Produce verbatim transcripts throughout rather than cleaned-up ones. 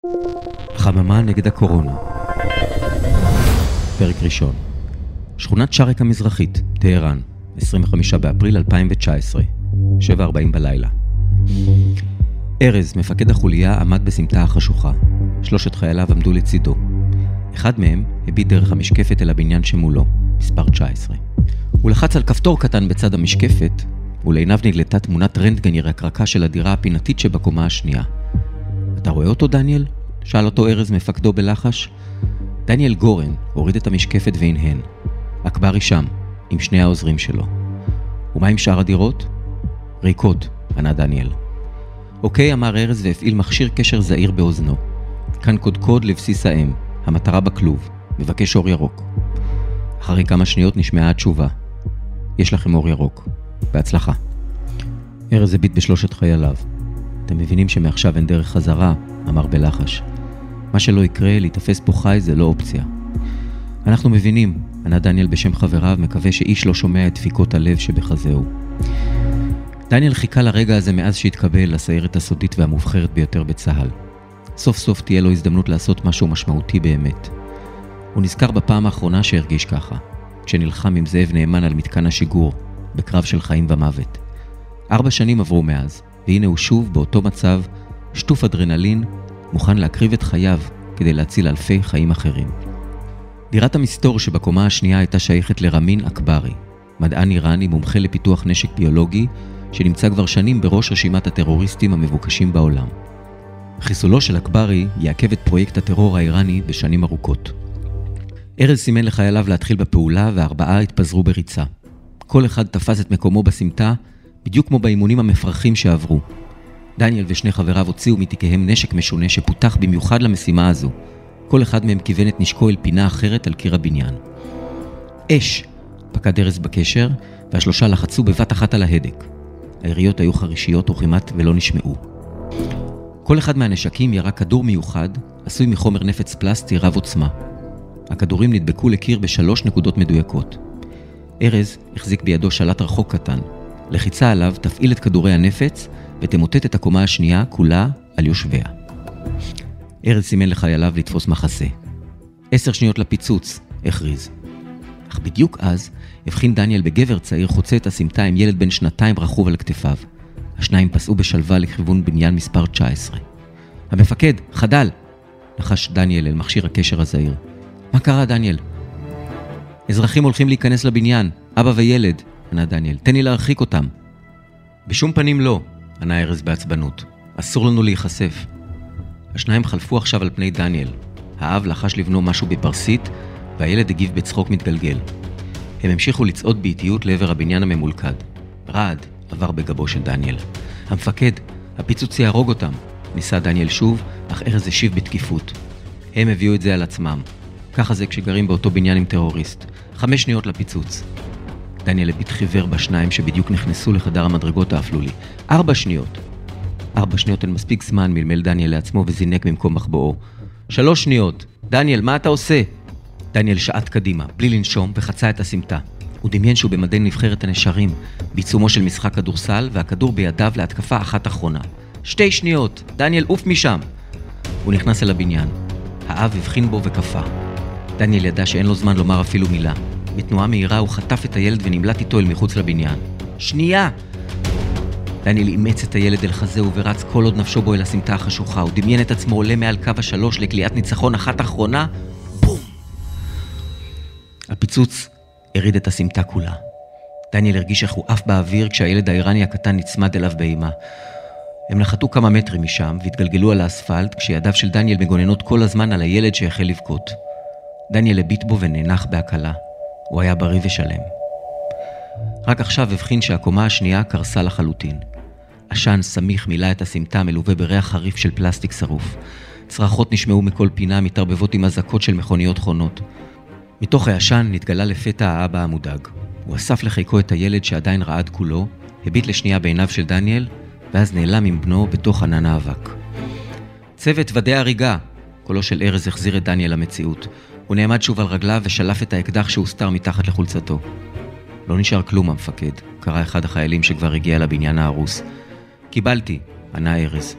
חממה נגד הקורונה. פרק ראשון. שכונת שרק המזרחית, טהרן, עשרים וחמישה באפריל אלפיים תשע עשרה, שבע ארבעים בלילה. ארז, מפקד החוליה, עמד בסמטה החשוכה. שלושת חייליו עמדו לצידו. אחד מהם הביט דרך המשקפת אל הבניין שמולו, מספר תשע עשרה. הוא לחץ על כפתור קטן בצד המשקפת, ולעיניו נגלתה תמונת רנטגן ירקרקה של הדירה הפינתית שבקומה השנייה. אתה רואה אותו, דניאל? שאל אותו ארז מפקדו בלחש. דניאל גורן הוריד את המשקפת והנהן. אקברי שם, עם שני העוזרים שלו. ומה עם שאר הדירות? ריקות, ענה דניאל. אוקיי, אמר ארז והפעיל מכשיר קשר זעיר באוזנו. כאן קודקוד לבסיס האם, המטרה בכלוב, מבקש אור ירוק. אחרי כמה שניות נשמעה התשובה. יש לכם אור ירוק. בהצלחה. ארז הביט בשלושת חייליו. אתם מבינים שמעכשיו אין דרך חזרה, אמר בלחש. מה שלא יקרה, להתאפס פה חי זה לא אופציה. אנחנו מבינים, ענה דניאל בשם חבריו, מקווה שאיש לא שומע את דפיקות הלב שבחזהו. דניאל חיכה לרגע הזה מאז שהתקבל לסיירת הסודית והמובחרת ביותר בצהל. סוף סוף תהיה לו הזדמנות לעשות משהו משמעותי באמת. הוא נזכר בפעם האחרונה שהרגיש ככה, כשנלחם עם זאב נאמן על מתקן השיגור, בקרב של חיים ומוות. ארבע שנים עברו מאז, והנה הוא שוב באותו מצב, שטוף אדרנלין, מוכן להקריב את חייו כדי להציל אלפי חיים אחרים. דירת המסתור שבקומה השנייה הייתה שייכת לרמין אקברי, מדען איראני מומחה לפיתוח נשק ביולוגי, שנמצא כבר שנים בראש רשימת הטרוריסטים המבוקשים בעולם. חיסולו של אקברי יעכב את פרויקט הטרור האיראני בשנים ארוכות. ארז סימן לחייליו להתחיל בפעולה והארבעה התפזרו בריצה. כל אחד תפס את מקומו בסמטה, בדיוק כמו באימונים המפרכים שעברו. דניאל ושני חבריו הוציאו מתיקיהם נשק משונה שפותח במיוחד למשימה הזו. כל אחד מהם כיוון את נשקו אל פינה אחרת על קיר הבניין. אש! פקד ארז בקשר, והשלושה לחצו בבת אחת על ההדק. היריות היו חרישיות וכמעט ולא נשמעו. כל אחד מהנשקים ירה כדור מיוחד, עשוי מחומר נפץ פלסטי רב עוצמה. הכדורים נדבקו לקיר בשלוש נקודות מדויקות. ארז החזיק בידו שלט רחוק קטן. לחיצה עליו תפעיל את כדורי הנפץ ותמוטט את הקומה השנייה כולה על יושביה. ארז סימן לחייליו לתפוס מחסה. עשר שניות לפיצוץ, הכריז. אך בדיוק אז הבחין דניאל בגבר צעיר חוצה את הסמטה עם ילד בן שנתיים רכוב על כתפיו. השניים פסעו בשלווה לכיוון בניין מספר תשע עשרה. המפקד, חדל! נחש דניאל אל מכשיר הקשר הזעיר. מה קרה, דניאל? אזרחים הולכים להיכנס לבניין, אבא וילד, ענה דניאל. תן לי להרחיק אותם. בשום פנים לא, ענה ארז בעצבנות. אסור לנו להיחשף. השניים חלפו עכשיו על פני דניאל. האב לחש לבנו משהו בפרסית, והילד הגיב בצחוק מתגלגל. הם המשיכו לצעוד באיטיות לעבר הבניין הממולכד. רעד עבר בגבו של דניאל. המפקד, הפיצוץ יהרוג אותם. ניסה דניאל שוב, אך ארז השיב בתקיפות. הם הביאו את זה על עצמם. ככה זה כשגרים באותו בניין עם טרוריסט. חמש שניות לפיצוץ. דניאל הביט חיוור בשניים שבדיוק נכנסו לחדר המדרגות האפלולי. ארבע שניות. ארבע שניות אין מספיק זמן, מלמל דניאל לעצמו וזינק במקום מחבואו. שלוש שניות. דניאל, מה אתה עושה? דניאל שעט קדימה, בלי לנשום, וחצה את הסמטה. הוא דמיין שהוא במדי נבחרת הנשרים, בעיצומו של משחק כדורסל, והכדור בידיו להתקפה אחת אחרונה. שתי שניות. דניאל, עוף משם. הוא נכנס אל הבניין. האב הבחין בו וקפה. דניאל ידע שאין לו זמן לומר אפילו מילה. בתנועה מהירה הוא חטף את הילד ונמלט איתו אל מחוץ לבניין. שנייה! דניאל אימץ את הילד אל חזהו ורץ כל עוד נפשו בו אל הסמטה החשוכה. הוא דמיין את עצמו עולה מעל קו השלוש לקליעת ניצחון אחת אחרונה. בום! הפיצוץ הריד את הסמטה כולה. דניאל הרגיש איך הוא עף באוויר כשהילד האיראני הקטן נצמד אליו באימה. הם נחתו כמה מטרים משם והתגלגלו על האספלט כשידיו של דניאל מגוננות כל הזמן על הילד שהחל לבכות. דניאל הביט בו ונאנח בהקלה. הוא היה בריא ושלם. רק עכשיו הבחין שהקומה השנייה קרסה לחלוטין. עשן סמיך מילא את הסמטה מלווה בריח חריף של פלסטיק שרוף. צרחות נשמעו מכל פינה מתערבבות עם אזעקות של מכוניות חונות. מתוך העשן נתגלה לפתע האבא המודאג. הוא אסף לחיקו את הילד שעדיין רעד כולו, הביט לשנייה בעיניו של דניאל, ואז נעלם עם בנו בתוך ענן האבק. צוות ודאי הריגה! קולו של ארז החזיר את דניאל למציאות. הוא נעמד שוב על רגליו ושלף את האקדח שהוסתר מתחת לחולצתו. לא נשאר כלום, המפקד, קרא אחד החיילים שכבר הגיע לבניין ההרוס. קיבלתי, ענה ארז.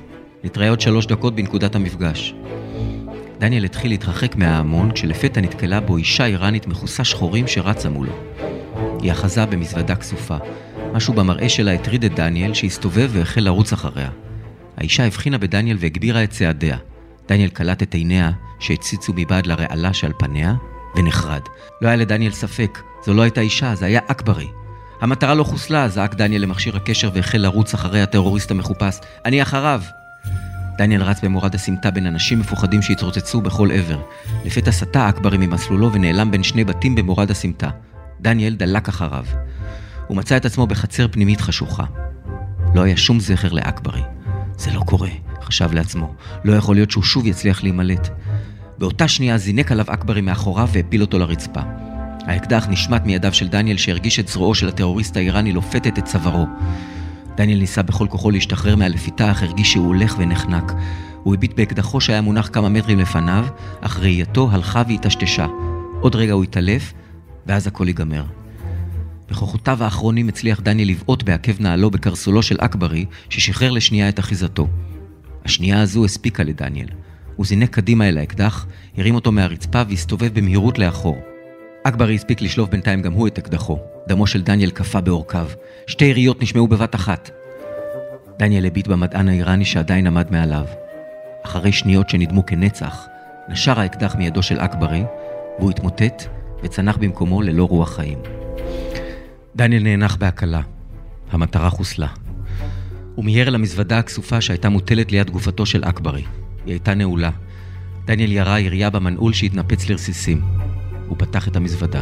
נתראה עוד שלוש דקות בנקודת המפגש. דניאל התחיל להתרחק מההמון כשלפתע נתקלה בו אישה איראנית מכוסה שחורים שרצה מולו. היא אחזה במזוודה כסופה. משהו במראה שלה הטריד את דניאל שהסתובב והחל לרוץ אחריה. האישה הבחינה בדניאל והגבירה את צעדיה. דניאל קלט את עיניה שהציצו מבעד לרעלה שעל פניה ונחרד. לא היה לדניאל ספק, זו לא הייתה אישה, זה היה אכברי. המטרה לא חוסלה, זעק דניאל למכשיר הקשר והחל לרוץ אחרי הטרוריסט המחופש. אני אחריו! דניאל רץ במורד הסמטה בין אנשים מפוחדים שהתרוצצו בכל עבר. לפתע סטה אכברי ממסלולו ונעלם בין שני בתים במורד הסמטה. דניאל דלק אחריו. הוא מצא את עצמו בחצר פנימית חשוכה. לא היה שום זכר לאכברי. זה לא קורה, חשב לעצמו. לא יכול להיות שהוא שוב יצליח להימלט. באותה שנייה זינק עליו אכברי מאחוריו והפיל אותו לרצפה. האקדח נשמט מידיו של דניאל שהרגיש את זרועו של הטרוריסט האיראני לופתת את צווארו. דניאל ניסה בכל כוחו להשתחרר מהלפיתה, אך הרגיש שהוא הולך ונחנק. הוא הביט באקדחו שהיה מונח כמה מטרים לפניו, אך ראייתו הלכה והתשתשה. עוד רגע הוא התעלף, ואז הכל ייגמר. בכוחותיו האחרונים הצליח דניאל לבעוט בעקב נעלו בקרסולו של אכברי, ששחרר לשנייה את אחיזתו. השנייה הזו הספיקה לדניאל. הוא זינק קדימה אל האקדח, הרים אותו מהרצפה והסתובב במהירות לאחור. אכברי הספיק לשלוף בינתיים גם הוא את אקדחו. דמו של דניאל קפא בעורקיו. שתי יריות נשמעו בבת אחת. דניאל הביט במדען האיראני שעדיין עמד מעליו. אחרי שניות שנדמו כנצח, נשר האקדח מידו של אכברי, והוא התמוטט וצנח במקומו ללא רוח חיים. דניאל נאנח בהקלה. המטרה חוסלה. הוא מיהר למזוודה הכסופה שהייתה מוטלת ליד גופתו של אכברי. היא הייתה נעולה. דניאל ירה ירייה במנעול שהתנפץ לרסיסים. הוא פתח את המזוודה.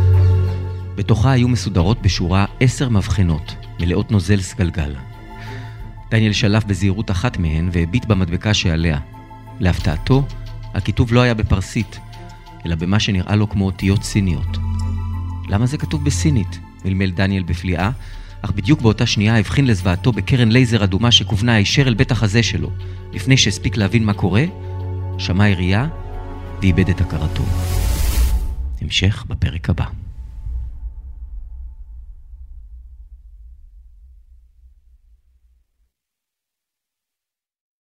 בתוכה היו מסודרות בשורה עשר מבחנות, מלאות נוזל סגלגל. דניאל שלף בזהירות אחת מהן והביט במדבקה שעליה. להפתעתו, הכיתוב לא היה בפרסית, אלא במה שנראה לו כמו אותיות סיניות. למה זה כתוב בסינית? מלמל דניאל בפליאה, אך בדיוק באותה שנייה הבחין לזוועתו בקרן לייזר אדומה שכוונה הישר אל בית החזה שלו. לפני שהספיק להבין מה קורה, שמע ירייה ואיבד את הכרתו. המשך בפרק הבא.